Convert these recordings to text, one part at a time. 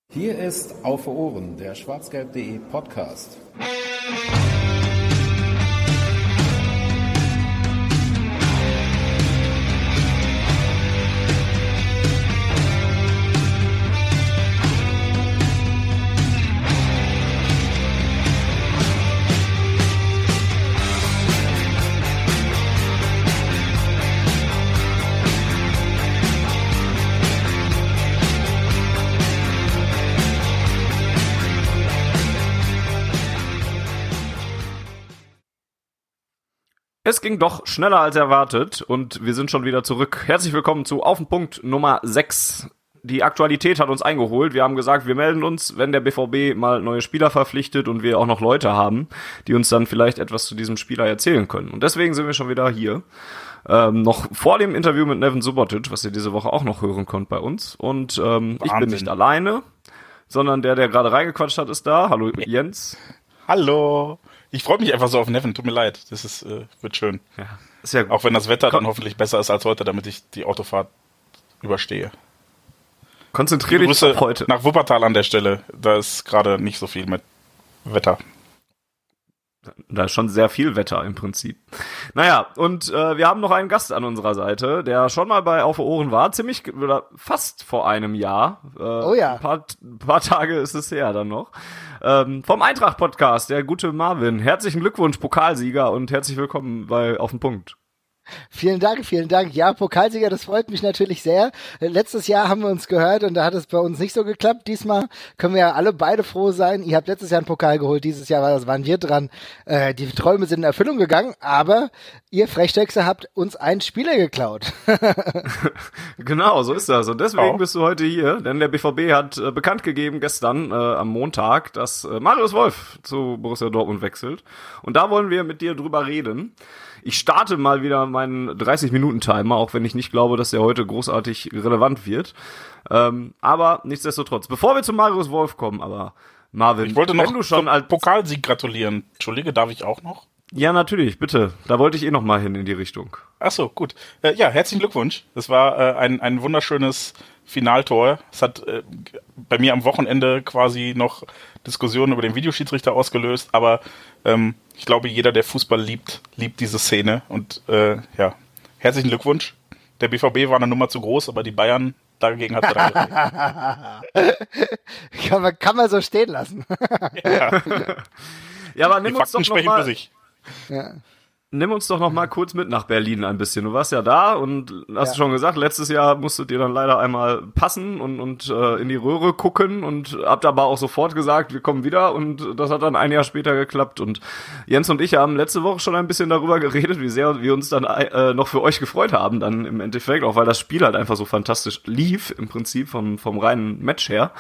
Hier ist Auf Ohren, der schwarzgelb.de Podcast. Es ging doch schneller als erwartet und wir sind schon wieder zurück. Herzlich willkommen zu Auf den Punkt Nummer 6. Die Aktualität hat uns eingeholt. Wir haben gesagt, wir melden uns, wenn der BVB mal neue Spieler verpflichtet und wir auch noch Leute haben, die uns dann vielleicht etwas zu diesem Spieler erzählen können. Und deswegen sind wir schon wieder hier. Noch vor dem Interview mit Neven Subotic, was ihr diese Woche auch noch hören könnt bei uns. Und ich bin nicht alleine, sondern der gerade reingequatscht hat, ist da. Hallo Jens. Hallo. Ich freue mich einfach so auf Neven, tut mir leid. Das ist, wird schön. Ja, ist ja gut. Auch wenn das Wetter dann hoffentlich besser ist als heute, damit ich die Autofahrt überstehe. Konzentriere dich auf heute. Nach Wuppertal an der Stelle. Da ist gerade nicht so viel mit Wetter. Da ist schon sehr viel Wetter im Prinzip. Naja, und wir haben noch einen Gast an unserer Seite, der schon mal bei Auf Ohren war, fast vor einem Jahr. Oh ja. Ein paar Tage ist es her dann noch. Vom Eintracht-Podcast, der gute Marvin. Herzlichen Glückwunsch, Pokalsieger, und herzlich willkommen bei Auf den Punkt. Vielen Dank. Ja, Pokalsieger, das freut mich natürlich sehr. Letztes Jahr haben wir uns gehört und da hat es bei uns nicht so geklappt. Diesmal können wir ja alle beide froh sein. Ihr habt letztes Jahr einen Pokal geholt, dieses Jahr waren wir dran. Die Träume sind in Erfüllung gegangen, aber ihr Frechdechse habt uns einen Spieler geklaut. Genau, so ist das. Und deswegen bist du heute hier, denn der BVB hat bekannt gegeben gestern am Montag, dass Marius Wolf zu Borussia Dortmund wechselt. Und da wollen wir mit dir drüber reden. Ich starte mal wieder meinen 30-Minuten-Timer, auch wenn ich nicht glaube, dass der heute großartig relevant wird. Aber nichtsdestotrotz. Bevor wir zu Marius Wolf kommen, aber Marvin, ich wollte noch du schon als Pokalsieg gratulieren. Entschuldige, darf ich auch noch? Ja, natürlich, bitte. Da wollte ich noch mal hin in die Richtung. Ach so, gut. Ja, herzlichen Glückwunsch. Das war ein wunderschönes Finaltor. Es hat bei mir am Wochenende quasi noch Diskussionen über den Videoschiedsrichter ausgelöst, aber ich glaube, jeder, der Fußball liebt diese Szene. Und ja, herzlichen Glückwunsch. Der BVB war eine Nummer zu groß, aber die Bayern, dagegen hat er dann Kann man so stehen lassen. Ja, aber nimm uns doch noch mal. Für sich. Ja. Nimm uns doch noch mal kurz mit nach Berlin ein bisschen. Du warst ja da und hast schon gesagt, letztes Jahr musstet ihr dann leider einmal passen und in die Röhre gucken und habt aber auch sofort gesagt, wir kommen wieder, und das hat dann ein Jahr später geklappt. Und Jens und ich haben letzte Woche schon ein bisschen darüber geredet, wie sehr wir uns dann noch für euch gefreut haben dann im Endeffekt, auch weil das Spiel halt einfach so fantastisch lief, im Prinzip vom reinen Match her.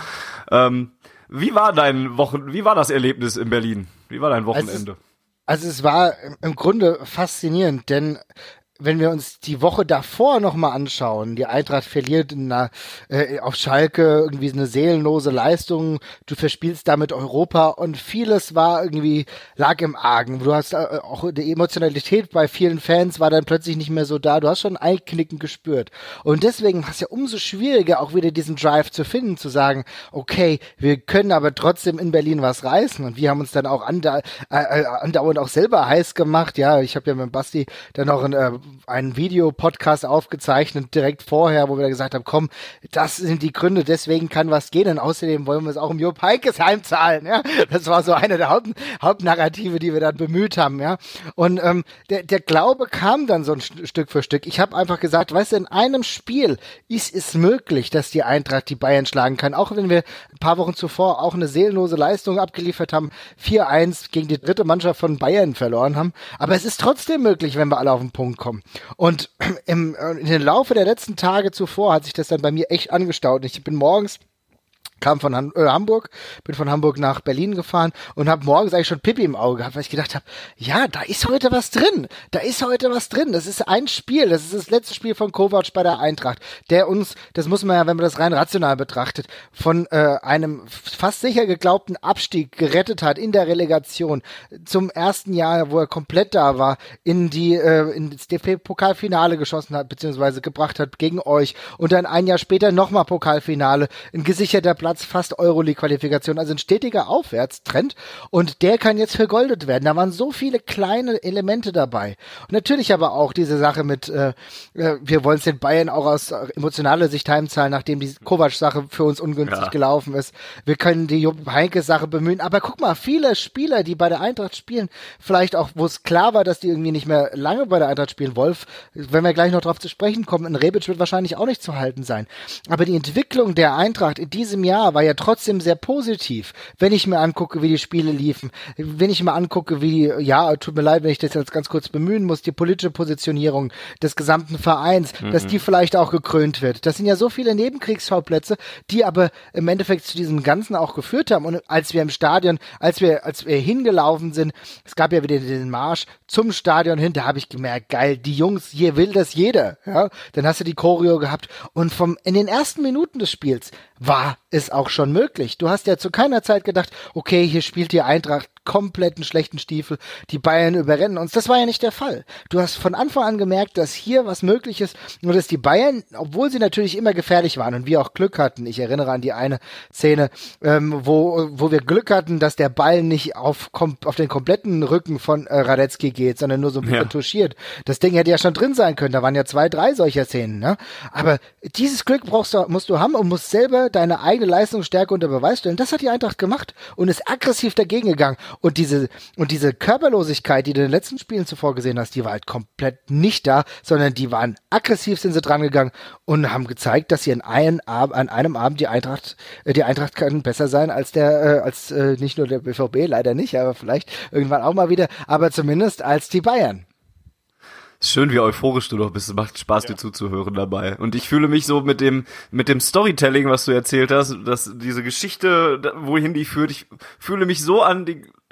Wie war das Erlebnis in Berlin? Wie war dein Wochenende? Also es war im Grunde faszinierend, denn wenn wir uns die Woche davor nochmal anschauen, die Eintracht verliert auf Schalke irgendwie eine seelenlose Leistung, du verspielst damit Europa und vieles lag im Argen. Du hast auch die Emotionalität bei vielen Fans war dann plötzlich nicht mehr so da, du hast schon ein Einknicken gespürt. Und deswegen war es ja umso schwieriger, auch wieder diesen Drive zu finden, zu sagen, okay, wir können aber trotzdem in Berlin was reißen, und wir haben uns dann auch andauernd auch selber heiß gemacht. Ja, ich habe ja mit Basti dann noch einen Videopodcast aufgezeichnet direkt vorher, wo wir gesagt haben, komm, das sind die Gründe, deswegen kann was gehen, und außerdem wollen wir es auch im Jupp Heynckes heimzahlen, ja. Das war so eine der Hauptnarrative, die wir dann bemüht haben, ja. Und der Glaube kam dann so ein Stück für Stück. Ich habe einfach gesagt, weißt du, in einem Spiel ist es möglich, dass die Eintracht die Bayern schlagen kann, auch wenn wir ein paar Wochen zuvor auch eine seelenlose Leistung abgeliefert haben, 4-1 gegen die dritte Mannschaft von Bayern verloren haben, aber es ist trotzdem möglich, wenn wir alle auf den Punkt kommen. Und in den Laufe der letzten Tage zuvor hat sich das dann bei mir echt angestaut. Ich bin morgens kam von Hamburg, bin von Hamburg nach Berlin gefahren und habe morgens eigentlich schon Pipi im Auge gehabt, weil ich gedacht habe, ja, da ist heute was drin. Das ist ein Spiel, das ist das letzte Spiel von Kovac bei der Eintracht, der uns, das muss man ja, wenn man das rein rational betrachtet, von einem fast sicher geglaubten Abstieg gerettet hat in der Relegation zum ersten Jahr, wo er komplett da war, ins DFB-Pokalfinale geschossen hat, beziehungsweise gebracht hat gegen euch und dann ein Jahr später nochmal Pokalfinale, ein gesicherter Platz Platz, fast Euroleague-Qualifikation, also ein stetiger Aufwärtstrend und der kann jetzt vergoldet werden. Da waren so viele kleine Elemente dabei. Und natürlich aber auch diese Sache mit, wir wollen es den Bayern auch aus emotionaler Sicht heimzahlen, nachdem die Kovac-Sache für uns ungünstig gelaufen ist. Wir können die Jupp Heynckes-Sache bemühen, aber guck mal, viele Spieler, die bei der Eintracht spielen, vielleicht auch, wo es klar war, dass die irgendwie nicht mehr lange bei der Eintracht spielen. Wolf, wenn wir gleich noch drauf zu sprechen kommen, in Rebic wird wahrscheinlich auch nicht zu halten sein. Aber die Entwicklung der Eintracht in diesem Jahr war ja trotzdem sehr positiv. Wenn ich mir angucke, wie die Spiele liefen, wenn ich mir angucke, wie, ja, tut mir leid, wenn ich das jetzt ganz kurz bemühen muss, die politische Positionierung des gesamten Vereins, dass die vielleicht auch gekrönt wird. Das sind ja so viele Nebenkriegsschauplätze, die aber im Endeffekt zu diesem Ganzen auch geführt haben. Und als wir im Stadion, als wir hingelaufen sind, es gab ja wieder den Marsch zum Stadion hin, da habe ich gemerkt, geil, die Jungs, hier will das jeder. Ja? Dann hast du die Choreo gehabt und in den ersten Minuten des Spiels war es auch schon möglich. Du hast ja zu keiner Zeit gedacht, okay, hier spielt die Eintracht komplett einen schlechten Stiefel, die Bayern überrennen uns. Das war ja nicht der Fall. Du hast von Anfang an gemerkt, dass hier was möglich ist, nur dass die Bayern, obwohl sie natürlich immer gefährlich waren und wir auch Glück hatten, ich erinnere an die eine Szene, wo wir Glück hatten, dass der Ball nicht auf den kompletten Rücken von Radetzky geht, sondern nur so ein bisschen touchiert. Das Ding hätte ja schon drin sein können, da waren ja 2, 3 solcher Szenen, ne? Aber dieses Glück musst du haben und musst selber deine eigene Leistungsstärke unter Beweis stellen. Das hat die Eintracht gemacht und ist aggressiv dagegen gegangen. Und diese Körperlosigkeit, die du in den letzten Spielen zuvor gesehen hast, die war halt komplett nicht da, sondern die waren aggressiv, sind sie dran gegangen und haben gezeigt, dass sie an einem Abend die Eintracht kann besser sein als nicht nur der BVB, leider nicht, aber vielleicht irgendwann auch mal wieder, aber zumindest als die Bayern. Schön, wie euphorisch du doch bist. Es macht Spaß, dir zuzuhören dabei. Und ich fühle mich so mit dem Storytelling, was du erzählt hast, dass diese Geschichte, wohin die führt, ich fühle mich so an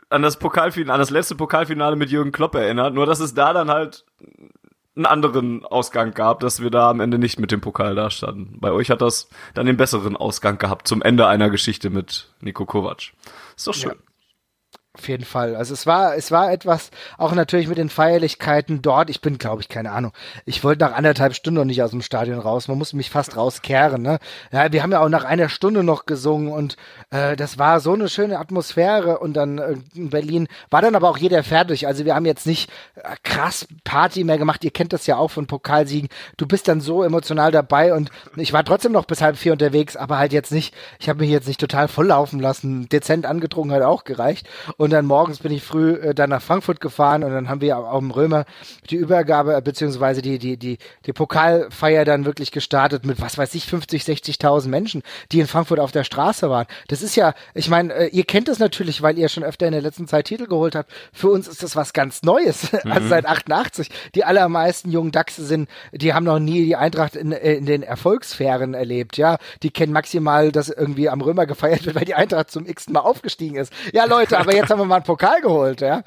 das letzte Pokalfinale mit Jürgen Klopp erinnert, nur dass es da dann halt einen anderen Ausgang gab, dass wir da am Ende nicht mit dem Pokal dastanden. Bei euch hat das dann den besseren Ausgang gehabt zum Ende einer Geschichte mit Niko Kovac. Ist doch schön. Ja. Auf jeden Fall. Also es war etwas, auch natürlich mit den Feierlichkeiten dort. Ich bin, glaube ich, keine Ahnung. Ich wollte nach 1,5 Stunden noch nicht aus dem Stadion raus. Man musste mich fast rauskehren, ne? Ja, wir haben ja auch nach 1 Stunde noch gesungen und das war so eine schöne Atmosphäre und dann in Berlin war dann aber auch jeder fertig. Also wir haben jetzt nicht krass Party mehr gemacht. Ihr kennt das ja auch von Pokalsiegen. Du bist dann so emotional dabei und ich war trotzdem noch bis 3:30 unterwegs, aber halt jetzt nicht, ich habe mich jetzt nicht total volllaufen lassen. Dezent angetrunken hat auch gereicht. Und dann morgens bin ich früh dann nach Frankfurt gefahren und dann haben wir auch im Römer die Übergabe beziehungsweise die Pokalfeier dann wirklich gestartet mit, was weiß ich, 50, 60.000 Menschen, die in Frankfurt auf der Straße waren. Das ist ja, ich meine, ihr kennt das natürlich, weil ihr schon öfter in der letzten Zeit Titel geholt habt. Für uns ist das was ganz Neues. Also seit 88. Die allermeisten jungen Dachse die haben noch nie die Eintracht in den Erfolgssphären erlebt, ja. Die kennen maximal, dass irgendwie am Römer gefeiert wird, weil die Eintracht zum x-ten Mal aufgestiegen ist. Ja, Leute, aber jetzt haben wir mal einen Pokal geholt, ja.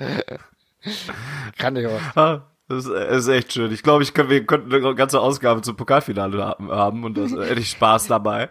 Kann ich auch. Das ist echt schön. Ich glaube, wir könnten eine ganze Ausgabe zum Pokalfinale haben und das hätte ich Spaß dabei.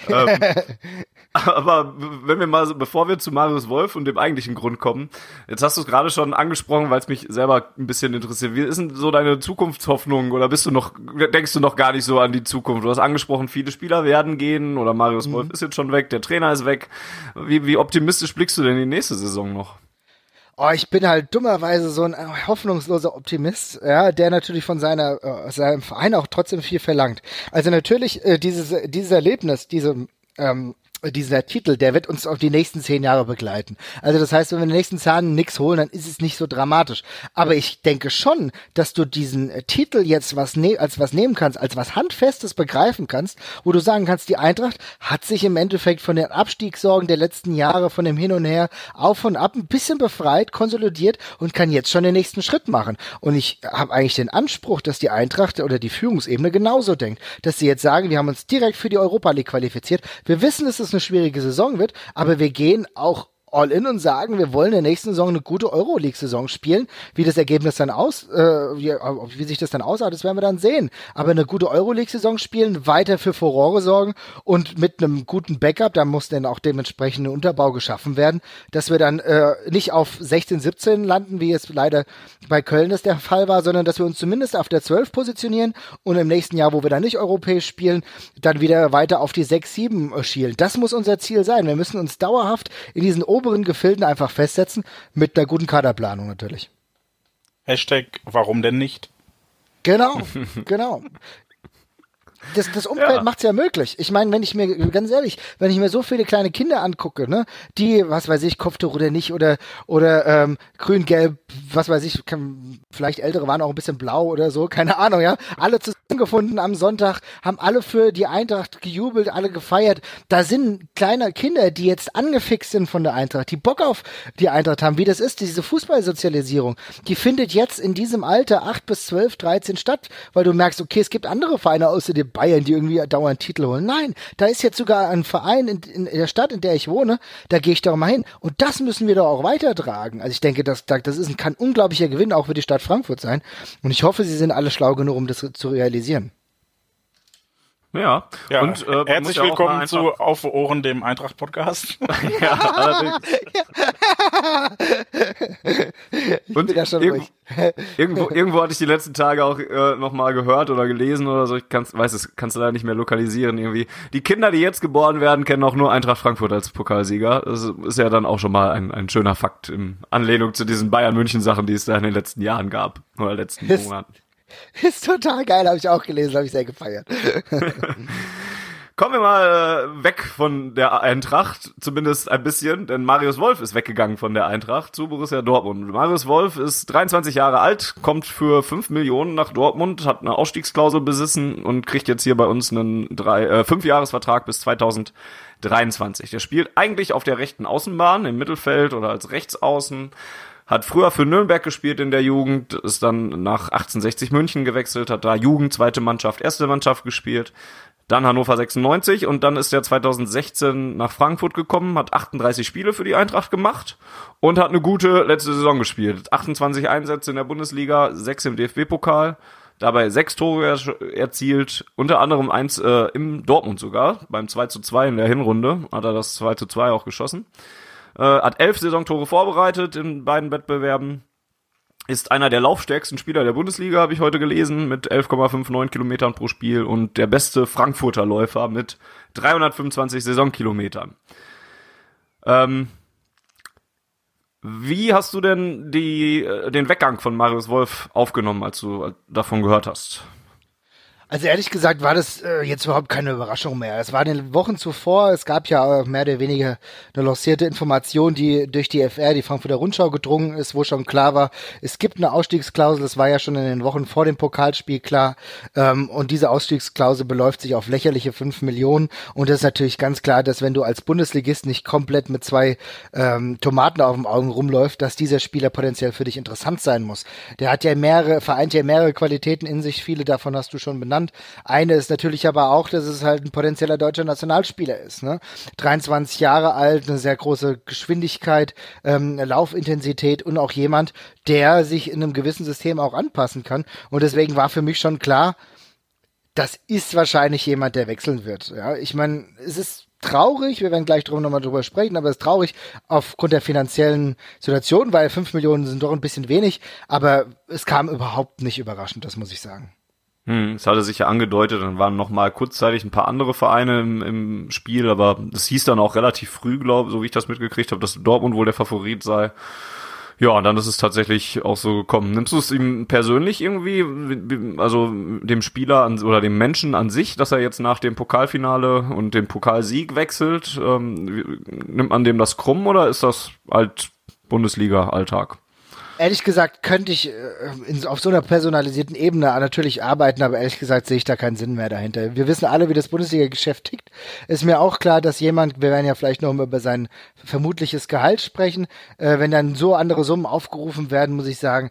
Aber wenn wir mal, bevor wir zu Marius Wolf und dem eigentlichen Grund kommen, jetzt hast du es gerade schon angesprochen, weil es mich selber ein bisschen interessiert. Wie ist denn so deine Zukunftshoffnung oder denkst du noch gar nicht so an die Zukunft? Du hast angesprochen, viele Spieler werden gehen oder Marius Wolf ist jetzt schon weg, der Trainer ist weg. Wie optimistisch blickst du denn in die nächste Saison noch? Oh, ich bin halt dummerweise so ein hoffnungsloser Optimist, ja, der natürlich von seinem Verein auch trotzdem viel verlangt. Also natürlich dieses Erlebnis, dieser Titel, der wird uns auf die nächsten 10 Jahre begleiten. Also das heißt, wenn wir in den nächsten Jahren nichts holen, dann ist es nicht so dramatisch. Aber ich denke schon, dass du diesen Titel jetzt als was nehmen kannst, als was Handfestes begreifen kannst, wo du sagen kannst, die Eintracht hat sich im Endeffekt von den Abstiegssorgen der letzten Jahre, von dem Hin und Her, auf und ab ein bisschen befreit, konsolidiert und kann jetzt schon den nächsten Schritt machen. Und ich habe eigentlich den Anspruch, dass die Eintracht oder die Führungsebene genauso denkt, dass sie jetzt sagen, wir haben uns direkt für die Europa League qualifiziert. Wir wissen, dass es eine schwierige Saison wird, aber wir gehen auch all in und sagen, wir wollen in der nächsten Saison eine gute Euroleague-Saison spielen. Wie das Ergebnis dann wie sich das dann aussah, das werden wir dann sehen. Aber eine gute Euroleague-Saison spielen, weiter für Furore sorgen und mit einem guten Backup, da muss dann auch dementsprechend ein Unterbau geschaffen werden, dass wir dann nicht auf 16, 17 landen, wie es leider bei Köln das der Fall war, sondern dass wir uns zumindest auf der 12 positionieren und im nächsten Jahr, wo wir dann nicht europäisch spielen, dann wieder weiter auf die 6, 7 schielen. Das muss unser Ziel sein. Wir müssen uns dauerhaft in diesen oberen Gefilden einfach festsetzen, mit einer guten Kaderplanung natürlich. Hashtag, warum denn nicht? Genau. Das Umfeld macht's ja möglich. Ich meine, wenn ich mir so viele kleine Kinder angucke, ne, die, was weiß ich, Kopftuch oder nicht, oder grün-gelb, was weiß ich, vielleicht Ältere waren auch ein bisschen blau oder so, keine Ahnung, ja, alle zusammengefunden am Sonntag, haben alle für die Eintracht gejubelt, alle gefeiert. Da sind kleine Kinder, die jetzt angefixt sind von der Eintracht, die Bock auf die Eintracht haben, wie das ist, diese Fußballsozialisierung, die findet jetzt in diesem Alter 8 bis 12, 13 statt, weil du merkst, okay, es gibt andere Vereine außer dem Bayern, die irgendwie dauernd Titel holen. Nein, da ist jetzt sogar ein Verein in der Stadt, in der ich wohne, da gehe ich doch mal hin. Und das müssen wir doch auch weitertragen. Also ich denke, das kann ein unglaublicher Gewinn auch für die Stadt Frankfurt sein. Und ich hoffe, sie sind alle schlau genug, um das zu realisieren. Ja. Und herzlich willkommen zu Auf Ohren, dem Eintracht-Podcast. Ja, allerdings. Und irgendwo hatte ich die letzten Tage auch nochmal gehört oder gelesen oder so, kannst du da nicht mehr lokalisieren irgendwie. Die Kinder, die jetzt geboren werden, kennen auch nur Eintracht Frankfurt als Pokalsieger. Das ist ja dann auch schon mal ein schöner Fakt in Anlehnung zu diesen Bayern-München-Sachen, die es da in den letzten Jahren gab oder letzten Monaten. Ist total geil, habe ich auch gelesen, habe ich sehr gefeiert. Kommen wir mal weg von der Eintracht, zumindest ein bisschen, denn Marius Wolf ist weggegangen von der Eintracht zu Borussia Dortmund. Marius Wolf ist 23 Jahre alt, kommt für 5 Millionen nach Dortmund, hat eine Ausstiegsklausel besessen und kriegt jetzt hier bei uns einen 5-Jahres-Vertrag bis 2023. Der spielt eigentlich auf der rechten Außenbahn, im Mittelfeld oder als Rechtsaußen. Hat früher für Nürnberg gespielt in der Jugend, ist dann nach 1860 München gewechselt, hat da Jugend, zweite Mannschaft, erste Mannschaft gespielt, dann Hannover 96 und dann ist er 2016 nach Frankfurt gekommen, hat 38 Spiele für die Eintracht gemacht und hat eine gute letzte Saison gespielt. 28 Einsätze in der Bundesliga, 6 im DFB-Pokal, dabei 6 Tore erzielt, unter anderem 1 im Dortmund sogar, beim 2:2 in der Hinrunde hat er das 2:2 auch geschossen. Hat 11 Saisontore vorbereitet in beiden Wettbewerben, ist einer der laufstärksten Spieler der Bundesliga, habe ich heute gelesen, mit 11,59 Kilometern pro Spiel und der beste Frankfurter Läufer mit 325 Saisonkilometern. Wie hast du denn den Weggang von Marius Wolf aufgenommen, als du davon gehört hast? Also ehrlich gesagt war das jetzt überhaupt keine Überraschung mehr. Es war in den Wochen zuvor, es gab ja mehr oder weniger eine lancierte Information, die durch die FR, die Frankfurter Rundschau, gedrungen ist, wo schon klar war, es gibt eine Ausstiegsklausel, das war ja schon in den Wochen vor dem Pokalspiel klar, und diese Ausstiegsklausel beläuft sich auf lächerliche 5 Millionen und das ist natürlich ganz klar, dass wenn du als Bundesligist nicht komplett mit 2 Tomaten auf dem Augen rumläufst, dass dieser Spieler potenziell für dich interessant sein muss. Der hat ja vereint ja mehrere Qualitäten in sich, viele davon hast du schon benannt. Eine ist natürlich aber auch, dass es halt ein potenzieller deutscher Nationalspieler ist, ne? 23 Jahre alt, eine sehr große Geschwindigkeit, Laufintensität und auch jemand, der sich in einem gewissen System auch anpassen kann. Und deswegen war für mich schon klar, das ist wahrscheinlich jemand, der wechseln wird. Ja, ich meine, es ist traurig, wir werden gleich nochmal drüber sprechen, aber es ist traurig aufgrund der finanziellen Situation, weil 5 Millionen sind doch ein bisschen wenig, aber es kam überhaupt nicht überraschend, das muss ich sagen. Es hatte sich ja angedeutet, dann waren noch mal kurzzeitig ein paar andere Vereine im Spiel, aber das hieß dann auch relativ früh, so wie ich das mitgekriegt habe, dass Dortmund wohl der Favorit sei. Ja, und dann ist es tatsächlich auch so gekommen. Nimmst du es ihm persönlich irgendwie, also dem Spieler oder dem Menschen an sich, dass er jetzt nach dem Pokalfinale und dem Pokalsieg wechselt? Nimmt man dem das krumm oder ist das halt Bundesliga-Alltag? Ehrlich gesagt könnte ich auf so einer personalisierten Ebene natürlich arbeiten, aber ehrlich gesagt sehe ich da keinen Sinn mehr dahinter. Wir wissen alle, wie das Bundesliga-Geschäft tickt. Ist mir auch klar, dass wir werden ja vielleicht noch mal über sein vermutliches Gehalt sprechen, wenn dann so andere Summen aufgerufen werden, muss ich sagen,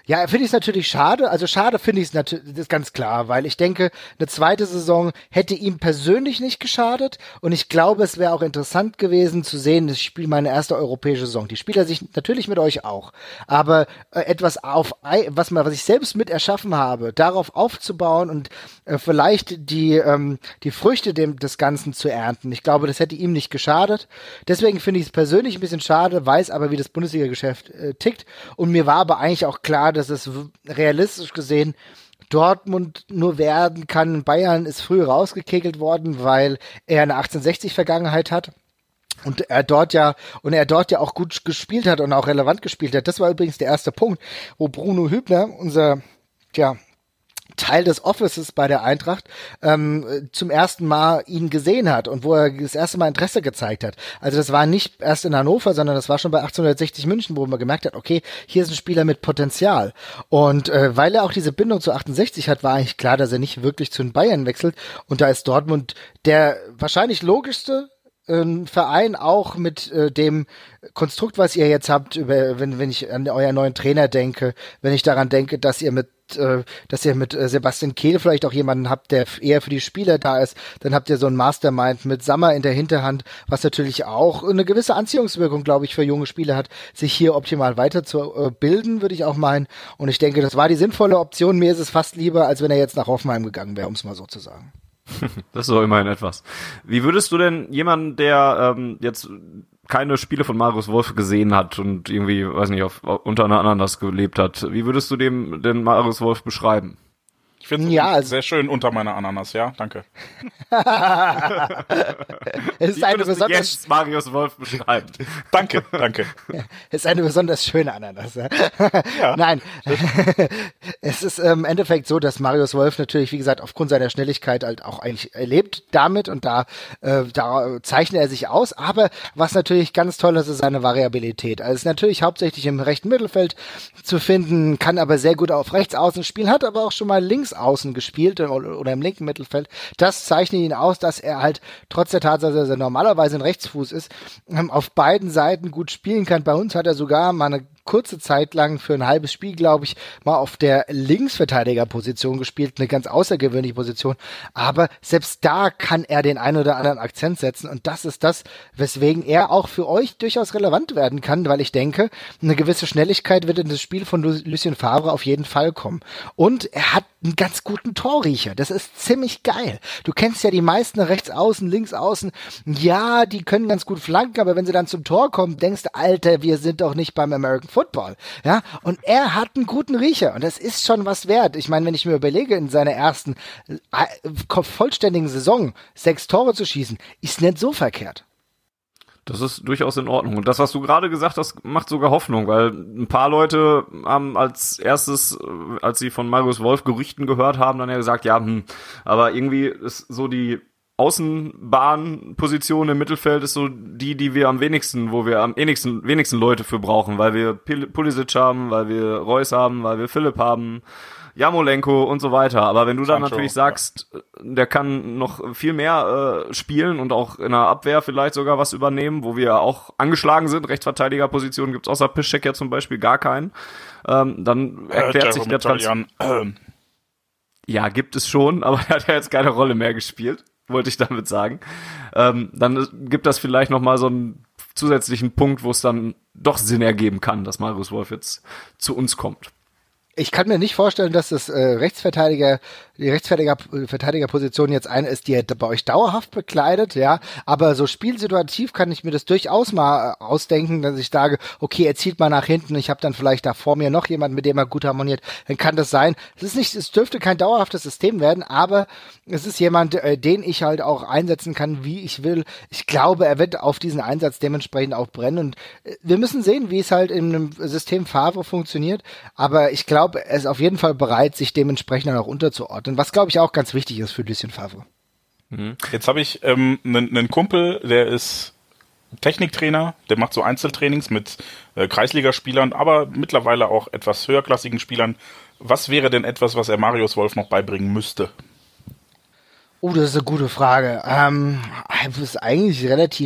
Ja, finde ich es natürlich schade. Also schade finde ich es natürlich, das ist ganz klar, weil ich denke, eine zweite Saison hätte ihm persönlich nicht geschadet und ich glaube, es wäre auch interessant gewesen zu sehen, ich spiele meine erste europäische Saison. Die spielt er sich natürlich mit euch auch, aber etwas was ich selbst mit erschaffen habe, darauf aufzubauen und vielleicht die Früchte des Ganzen zu ernten. Ich glaube, das hätte ihm nicht geschadet. Deswegen finde ich es persönlich ein bisschen schade, weiß aber, wie das Bundesliga-Geschäft tickt und mir war aber eigentlich auch klar, dass es realistisch gesehen Dortmund nur werden kann. Bayern ist früh rausgekegelt worden, weil er eine 1860-Vergangenheit hat. Und er dort ja auch gut gespielt hat und auch relevant gespielt hat. Das war übrigens der erste Punkt, wo Bruno Hübner, unser Teil des Offices bei der Eintracht zum ersten Mal ihn gesehen hat und wo er das erste Mal Interesse gezeigt hat. Also das war nicht erst in Hannover, sondern das war schon bei 1860 München, wo man gemerkt hat, okay, hier ist ein Spieler mit Potenzial. Und weil er auch diese Bindung zu 68 hat, war eigentlich klar, dass er nicht wirklich zu den Bayern wechselt. Und da ist Dortmund der wahrscheinlich logischste Verein, auch mit dem Konstrukt, was ihr jetzt habt, wenn ich an euren neuen Trainer denke, wenn ich daran denke, dass ihr mit Sebastian Kehl vielleicht auch jemanden habt, der eher für die Spieler da ist, dann habt ihr so ein Mastermind mit Sammer in der Hinterhand, was natürlich auch eine gewisse Anziehungswirkung, glaube ich, für junge Spieler hat, sich hier optimal weiter zu bilden, würde ich auch meinen. Und ich denke, das war die sinnvolle Option. Mir ist es fast lieber, als wenn er jetzt nach Hoffenheim gegangen wäre, um es mal so zu sagen. Das ist doch immerhin etwas. Wie würdest du denn jemanden, der jetzt keine Spiele von Marius Wolf gesehen hat und irgendwie, weiß nicht, unter einer Ananas gelebt hat, wie würdest du dem den Marius Wolf beschreiben? Ich finde es sehr schön unter meiner Ananas, ja, danke. Es ist eine besonders jetzt Marius Wolf beschreiben. Danke. Es ist eine besonders schöne Ananas. Ja. Nein, es ist im Endeffekt so, dass Marius Wolf natürlich, wie gesagt, aufgrund seiner Schnelligkeit halt auch eigentlich lebt damit und da zeichnet er sich aus. Aber was natürlich ganz toll ist seine Variabilität. Also ist natürlich hauptsächlich im rechten Mittelfeld zu finden, kann aber sehr gut auf rechts außen spielen, hat aber auch schon mal links außen gespielt oder im linken Mittelfeld. Das zeichnet ihn aus, dass er halt trotz der Tatsache, dass er normalerweise ein Rechtsfuß ist, auf beiden Seiten gut spielen kann. Bei uns hat er sogar mal eine kurze Zeit lang für ein halbes Spiel, glaube ich, mal auf der Linksverteidigerposition gespielt, eine ganz außergewöhnliche Position, aber selbst da kann er den einen oder anderen Akzent setzen und das ist das, weswegen er auch für euch durchaus relevant werden kann, weil ich denke, eine gewisse Schnelligkeit wird in das Spiel von Lucien Favre auf jeden Fall kommen und er hat einen ganz guten Torriecher, das ist ziemlich geil. Du kennst ja die meisten rechts außen, links außen, ja, die können ganz gut flanken, aber wenn sie dann zum Tor kommen, denkst du, Alter, wir sind doch nicht beim American Football, ja, und er hat einen guten Riecher und das ist schon was wert. Ich meine, wenn ich mir überlege, in seiner ersten vollständigen Saison 6 Tore zu schießen, ist nicht so verkehrt. Das ist durchaus in Ordnung. Und das, was du gerade gesagt hast, macht sogar Hoffnung, weil ein paar Leute haben als erstes, als sie von Marius Wolf Gerüchten gehört haben, dann ja gesagt, ja, aber irgendwie ist so die Außenbahnposition im Mittelfeld ist so die wir am wenigsten, wo wir am wenigsten Leute für brauchen, weil wir Pulisic haben, weil wir Reus haben, weil wir Philipp haben, Jarmolenko und so weiter. Aber wenn du dann natürlich sagst, der kann noch viel mehr spielen und auch in der Abwehr vielleicht sogar was übernehmen, wo wir auch angeschlagen sind, Rechtsverteidigerpositionen gibt's außer Piszczek ja zum Beispiel gar keinen, dann erklärt sich der Transfer. Ja, gibt es schon, aber er hat ja jetzt keine Rolle mehr gespielt, wollte ich damit sagen. Dann gibt das vielleicht nochmal so einen zusätzlichen Punkt, wo es dann doch Sinn ergeben kann, dass Marius Wolf jetzt zu uns kommt. Ich kann mir nicht vorstellen, dass das die Rechtsverteidigerposition jetzt eine ist, die er bei euch dauerhaft bekleidet, ja, aber so spielsituativ kann ich mir das durchaus mal ausdenken, dass ich sage, okay, er zieht mal nach hinten, ich habe dann vielleicht da vor mir noch jemanden, mit dem er gut harmoniert, dann kann das sein. Es dürfte kein dauerhaftes System werden, aber es ist jemand, den ich halt auch einsetzen kann, wie ich will. Ich glaube, er wird auf diesen Einsatz dementsprechend auch brennen und wir müssen sehen, wie es halt in einem System Favre funktioniert, aber ich glaube, er ist auf jeden Fall bereit, sich dementsprechend dann auch unterzuordnen, was, glaube ich, auch ganz wichtig ist für Lucien Favre. Jetzt habe ich einen Kumpel, der ist Techniktrainer, der macht so Einzeltrainings mit Kreisligaspielern, aber mittlerweile auch etwas höherklassigen Spielern. Was wäre denn etwas, was er Marius Wolf noch beibringen müsste? Oh, das ist eine gute Frage. Das ist eigentlich relativ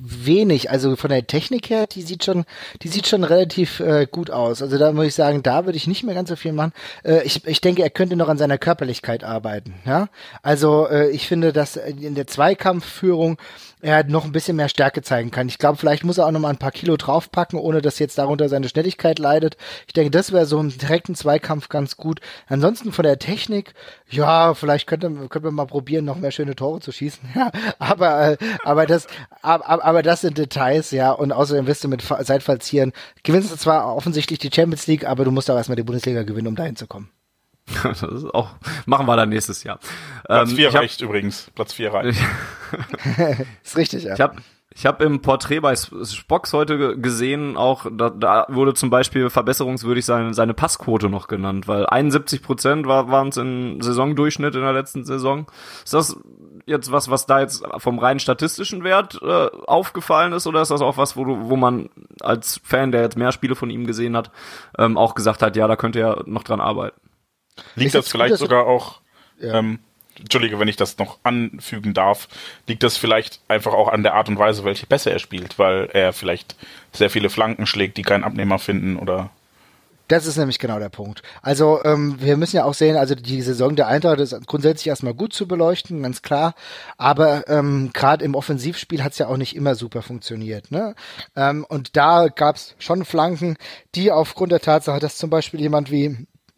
wenig. Also von der Technik her, die sieht schon relativ gut aus. Also da muss ich sagen, da würde ich nicht mehr ganz so viel machen. Ich denke, er könnte noch an seiner Körperlichkeit arbeiten. Ja, also ich finde, dass in der Zweikampfführung er noch ein bisschen mehr Stärke zeigen kann. Ich glaube, vielleicht muss er auch noch mal ein paar Kilo draufpacken, ohne dass jetzt darunter seine Schnelligkeit leidet. Ich denke, das wäre so im direkten Zweikampf ganz gut. Ansonsten von der Technik, ja, vielleicht könnten wir mal probieren, noch mehr schöne Tore zu schießen. Ja, aber das sind Details, ja. Und außerdem wirst du mit Seitfallzieren gewinnst du zwar offensichtlich die Champions League, aber du musst auch erstmal die Bundesliga gewinnen, um dahin zu kommen. Das ist auch, machen wir dann nächstes Jahr. Platz 4 reicht übrigens. Platz 4 reicht. Ist richtig, ja. Ich hab im Porträt bei Spocks heute gesehen, auch da wurde zum Beispiel verbesserungswürdig seine Passquote noch genannt, weil 71% waren es im Saisondurchschnitt in der letzten Saison. Ist das jetzt was da jetzt vom rein statistischen Wert aufgefallen ist, oder ist das auch was, wo man als Fan, der jetzt mehr Spiele von ihm gesehen hat, auch gesagt hat, ja, da könnte er noch dran arbeiten? Liegt das vielleicht sogar auch, Entschuldige, wenn ich das noch anfügen darf, liegt das vielleicht einfach auch an der Art und Weise, welche Pässe er spielt, weil er vielleicht sehr viele Flanken schlägt, die keinen Abnehmer finden, oder? Das ist nämlich genau der Punkt. Also wir müssen ja auch sehen, also die Saison der Eintracht ist grundsätzlich erstmal gut zu beleuchten, ganz klar, aber gerade im Offensivspiel hat es ja auch nicht immer super funktioniert, ne? Und da gab es schon Flanken, die aufgrund der Tatsache, dass zum Beispiel jemand wie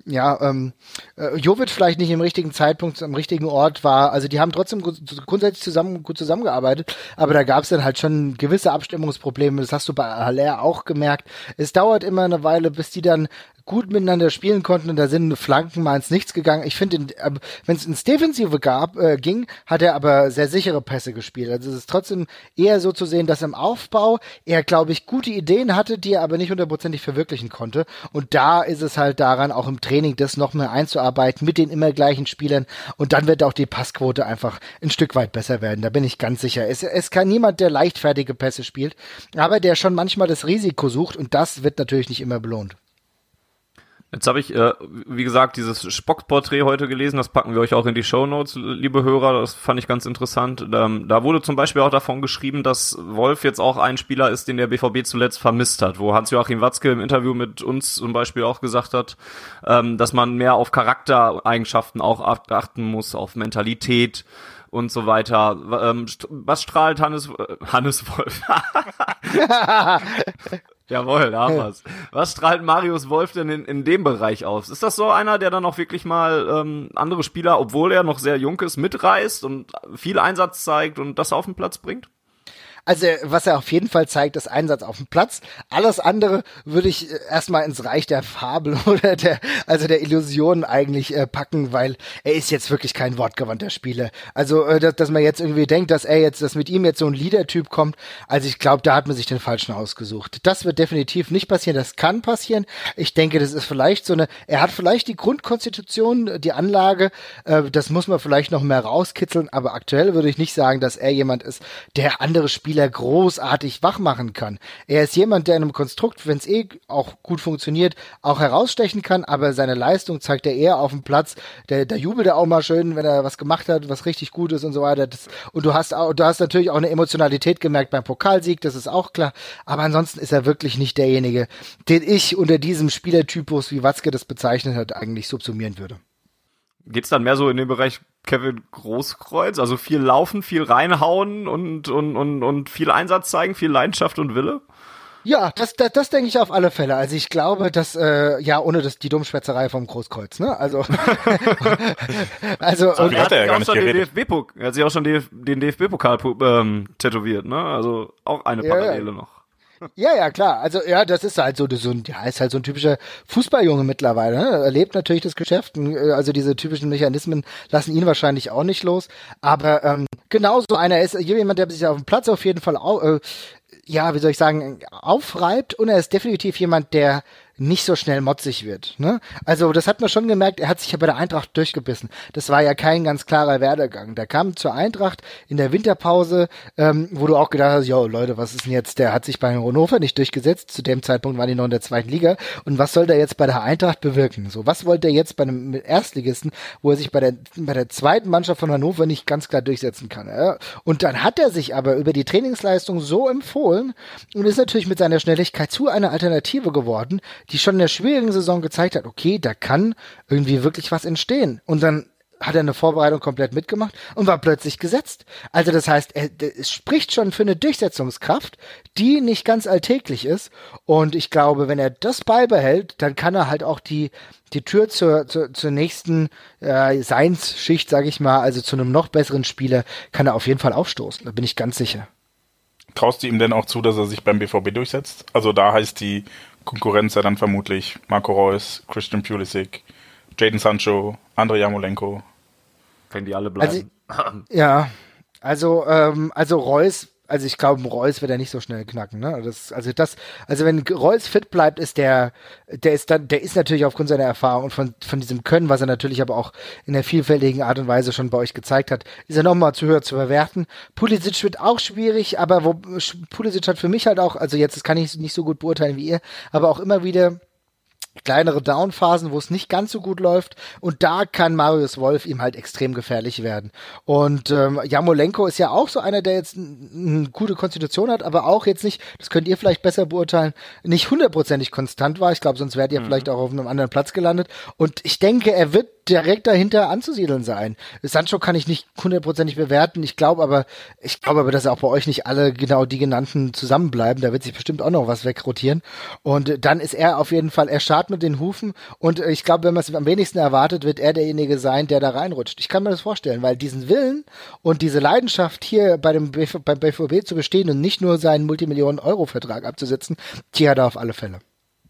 Jovic vielleicht nicht im richtigen Zeitpunkt am richtigen Ort war. Also die haben trotzdem grundsätzlich gut zusammengearbeitet, aber da gab es dann halt schon gewisse Abstimmungsprobleme. Das hast du bei Haller auch gemerkt. Es dauert immer eine Weile, bis die dann gut miteinander spielen konnten, und da sind Flanken mal ins Nichts gegangen. Ich finde, wenn es ins Defensive ging, hat er aber sehr sichere Pässe gespielt. Also es ist trotzdem eher so zu sehen, dass im Aufbau er, glaube ich, gute Ideen hatte, die er aber nicht hundertprozentig verwirklichen konnte. Und da ist es halt daran, auch im Training das noch mehr einzuarbeiten mit den immer gleichen Spielern. Und dann wird auch die Passquote einfach ein Stück weit besser werden. Da bin ich ganz sicher. Es kann niemand, der leichtfertige Pässe spielt, aber der schon manchmal das Risiko sucht, und das wird natürlich nicht immer belohnt. Jetzt habe ich, wie gesagt, dieses Spock-Porträt heute gelesen, das packen wir euch auch in die Shownotes, liebe Hörer, das fand ich ganz interessant. Da wurde zum Beispiel auch davon geschrieben, dass Wolf jetzt auch ein Spieler ist, den der BVB zuletzt vermisst hat, wo Hans-Joachim Watzke im Interview mit uns zum Beispiel auch gesagt hat, dass man mehr auf Charaktereigenschaften auch achten muss, auf Mentalität und so weiter. Was strahlt Hannes Wolf? Jawohl, da haben wir's. Was strahlt Marius Wolf denn in dem Bereich aus? Ist das so einer, der dann auch wirklich mal andere Spieler, obwohl er noch sehr jung ist, mitreißt und viel Einsatz zeigt und das auf den Platz bringt? Also was er auf jeden Fall zeigt, ist Einsatz auf dem Platz. Alles andere würde ich erstmal ins Reich der Fabel oder der Illusionen eigentlich packen, weil er ist jetzt wirklich kein wortgewandter Spieler. Also dass man jetzt irgendwie denkt, dass mit ihm jetzt so ein Leader-Typ kommt, also ich glaube, da hat man sich den Falschen ausgesucht. Das wird definitiv nicht passieren, das kann passieren. Ich denke, das ist vielleicht er hat vielleicht die Grundkonstitution, die Anlage, das muss man vielleicht noch mehr rauskitzeln, aber aktuell würde ich nicht sagen, dass er jemand ist, der andere Spieler großartig wach machen kann. Er ist jemand, der in einem Konstrukt, wenn es auch gut funktioniert, auch herausstechen kann, aber seine Leistung zeigt er eher auf dem Platz. Da jubelt er auch mal schön, wenn er was gemacht hat, was richtig gut ist und so weiter. Und du hast natürlich auch eine Emotionalität gemerkt beim Pokalsieg, das ist auch klar. Aber ansonsten ist er wirklich nicht derjenige, den ich unter diesem Spielertypus, wie Watzke das bezeichnet hat, eigentlich subsumieren würde. Geht's dann mehr so in den Bereich Kevin Großkreuz, also viel laufen, viel reinhauen und viel Einsatz zeigen, viel Leidenschaft und Wille? Ja, das denke ich auf alle Fälle. Also ich glaube, dass ohne die Dummschwätzerei vom Großkreuz, ne? Also und er hat ja auch schon den DFB-Pokal tätowiert, ne? Also auch eine Parallele noch. Ja, klar. Also ja, das ist halt ist halt so ein typischer Fußballjunge mittlerweile. Ne? Er lebt natürlich das Geschäft. Also diese typischen Mechanismen lassen ihn wahrscheinlich auch nicht los. Aber genauso einer ist jemand, der sich auf dem Platz auf jeden Fall aufreibt. Und er ist definitiv jemand, der nicht so schnell motzig wird. Ne? Also das hat man schon gemerkt, er hat sich ja bei der Eintracht durchgebissen. Das war ja kein ganz klarer Werdegang. Der kam zur Eintracht in der Winterpause, wo du auch gedacht hast, jo Leute, was ist denn jetzt, der hat sich bei Hannover nicht durchgesetzt, zu dem Zeitpunkt waren die noch in der 2. Liga und was soll der jetzt bei der Eintracht bewirken? So, was wollte er jetzt bei einem Erstligisten, wo er sich bei der zweiten Mannschaft von Hannover nicht ganz klar durchsetzen kann? Ja? Und dann hat er sich aber über die Trainingsleistung so empfohlen und ist natürlich mit seiner Schnelligkeit zu einer Alternative geworden, die schon in der schwierigen Saison gezeigt hat, okay, da kann irgendwie wirklich was entstehen. Und dann hat er eine Vorbereitung komplett mitgemacht und war plötzlich gesetzt. Also das heißt, es spricht schon für eine Durchsetzungskraft, die nicht ganz alltäglich ist. Und ich glaube, wenn er das beibehält, dann kann er halt auch die Tür zur nächsten Seinsschicht, sage ich mal, also zu einem noch besseren Spieler, kann er auf jeden Fall aufstoßen. Da bin ich ganz sicher. Traust du ihm denn auch zu, dass er sich beim BVB durchsetzt? Also da heißt die Konkurrenz ja dann vermutlich Marco Reus, Christian Pulisic, Jadon Sancho, Andrei Yarmolenko. Wenn die alle bleiben. Also Reus, also ich glaube, Reus wird er nicht so schnell knacken, ne? Also wenn Reus fit bleibt, ist der ist natürlich aufgrund seiner Erfahrung und von diesem Können, was er natürlich aber auch in der vielfältigen Art und Weise schon bei euch gezeigt hat, ist er nochmal zu höher zu bewerten. Pulisic wird auch schwierig, aber Pulisic hat für mich halt auch, also jetzt das kann ich nicht so gut beurteilen wie ihr, aber auch immer wieder kleinere Downphasen, wo es nicht ganz so gut läuft und da kann Marius Wolf ihm halt extrem gefährlich werden. Und Yarmolenko ist ja auch so einer, der jetzt eine gute Konstitution hat, aber auch jetzt nicht, das könnt ihr vielleicht besser beurteilen, nicht 100%ig konstant war. Ich glaube, sonst wärt ihr vielleicht auch auf einem anderen Platz gelandet. Und ich denke, er wird direkt dahinter anzusiedeln sein. Sancho kann ich nicht 100%ig bewerten. Ich glaube aber, dass auch bei euch nicht alle genau die genannten zusammenbleiben. Da wird sich bestimmt auch noch was wegrotieren. Und dann ist er auf jeden Fall, er starrt mit den Hufen. Und ich glaube, wenn man es am wenigsten erwartet, wird er derjenige sein, der da reinrutscht. Ich kann mir das vorstellen, weil diesen Willen und diese Leidenschaft hier beim BVB zu bestehen und nicht nur seinen Multimillionen-Euro-Vertrag abzusetzen, die hat er auf alle Fälle.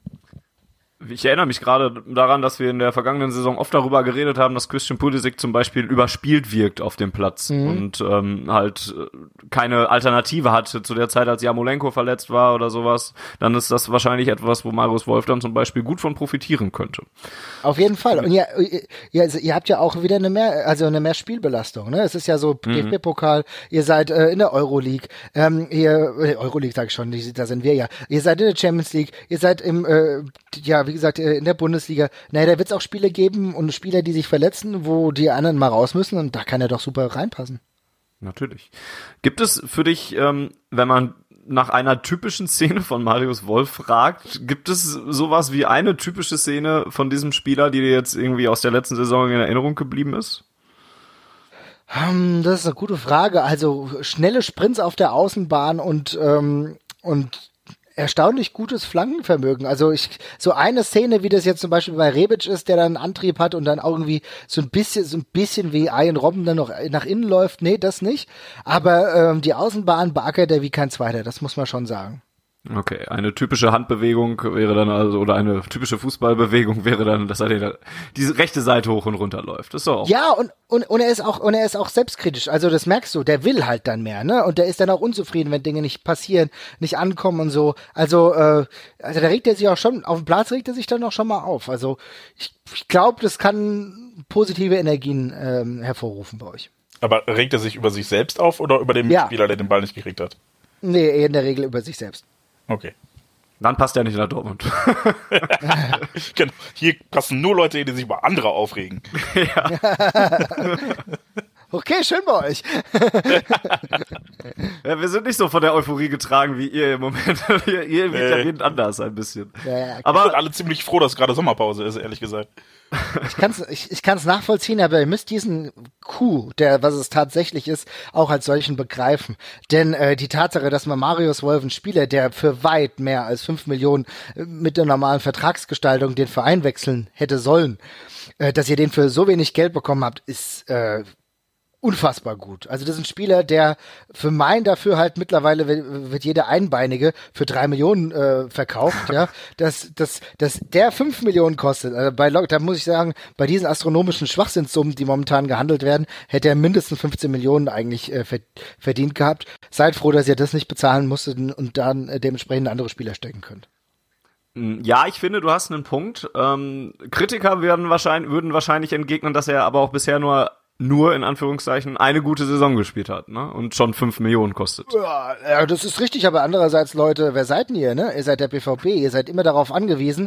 Ich erinnere mich gerade daran, dass wir in der vergangenen Saison oft darüber geredet haben, dass Christian Pulisic zum Beispiel überspielt wirkt auf dem Platz und halt keine Alternative hatte zu der Zeit, als Yarmolenko verletzt war oder sowas. Dann ist das wahrscheinlich etwas, wo Marius Wolf dann zum Beispiel gut von profitieren könnte. Auf jeden Fall. Und ihr habt ja auch wieder eine mehr Spielbelastung. Ne? Es ist ja so DFB-Pokal, ihr seid in der Euroleague, Euroleague sag ich schon, da sind wir ja. Ihr seid in der Champions League, ihr seid im wie gesagt, in der Bundesliga, naja, da wird es auch Spiele geben und Spieler, die sich verletzen, wo die anderen mal raus müssen und da kann er doch super reinpassen. Natürlich. Gibt es für dich, wenn man nach einer typischen Szene von Marius Wolf fragt, gibt es sowas wie eine typische Szene von diesem Spieler, die dir jetzt irgendwie aus der letzten Saison in Erinnerung geblieben ist? Das ist eine gute Frage. Also schnelle Sprints auf der Außenbahn und erstaunlich gutes Flankenvermögen. Also so eine Szene, wie das jetzt zum Beispiel bei Rebic ist, der dann einen Antrieb hat und dann irgendwie so ein bisschen wie Ian Robben dann noch nach innen läuft. Nee, das nicht. Aber die Außenbahn beackert er wie kein Zweiter, das muss man schon sagen. Okay, eine typische Handbewegung wäre dann also, oder eine typische Fußballbewegung wäre dann, dass er diese rechte Seite hoch und runter läuft. Das ist doch auch. Ja, und er ist auch selbstkritisch. Also das merkst du, der will halt dann mehr, ne? Und der ist dann auch unzufrieden, wenn Dinge nicht passieren, nicht ankommen und so. Also da regt er sich auch schon, auf dem Platz regt er sich dann auch schon mal auf. Also ich glaube, das kann positive Energien hervorrufen bei euch. Aber regt er sich über sich selbst auf oder über den Spieler, der den Ball nicht gekriegt hat? Nee, eher in der Regel über sich selbst. Okay. Dann passt er nicht nach Dortmund. Genau. Hier passen nur Leute, die sich über andere aufregen. Ja. Okay, schön bei euch. Ja, wir sind nicht so von der Euphorie getragen wie ihr im Moment. Ihr wird ja anders ein bisschen. Ja, aber sind alle ziemlich froh, dass gerade Sommerpause ist, ehrlich gesagt. Ich kann's nachvollziehen, aber ihr müsst diesen Coup, was es tatsächlich ist, auch als solchen begreifen. Denn die Tatsache, dass man Marius Wolf, ein Spieler, der für weit mehr als 5 Millionen mit der normalen Vertragsgestaltung den Verein wechseln hätte sollen, dass ihr den für so wenig Geld bekommen habt, ist unfassbar gut. Also das ist ein Spieler, der für mein Dafürhalten mittlerweile wird jeder Einbeinige für 3 Millionen verkauft, ja. Dass der 5 Millionen kostet. Also da muss ich sagen, bei diesen astronomischen Schwachsinnssummen, die momentan gehandelt werden, hätte er mindestens 15 Millionen eigentlich verdient gehabt. Seid froh, dass ihr das nicht bezahlen musstet und dann dementsprechend andere Spieler stecken könnt. Ja, ich finde, du hast einen Punkt. Kritiker würden wahrscheinlich entgegnen, dass er aber auch bisher nur in Anführungszeichen eine gute Saison gespielt hat, ne? Und schon 5 Millionen kostet. Ja, das ist richtig, aber andererseits, Leute, wer seid denn ihr, ne? Ihr seid der BVB, ihr seid immer darauf angewiesen,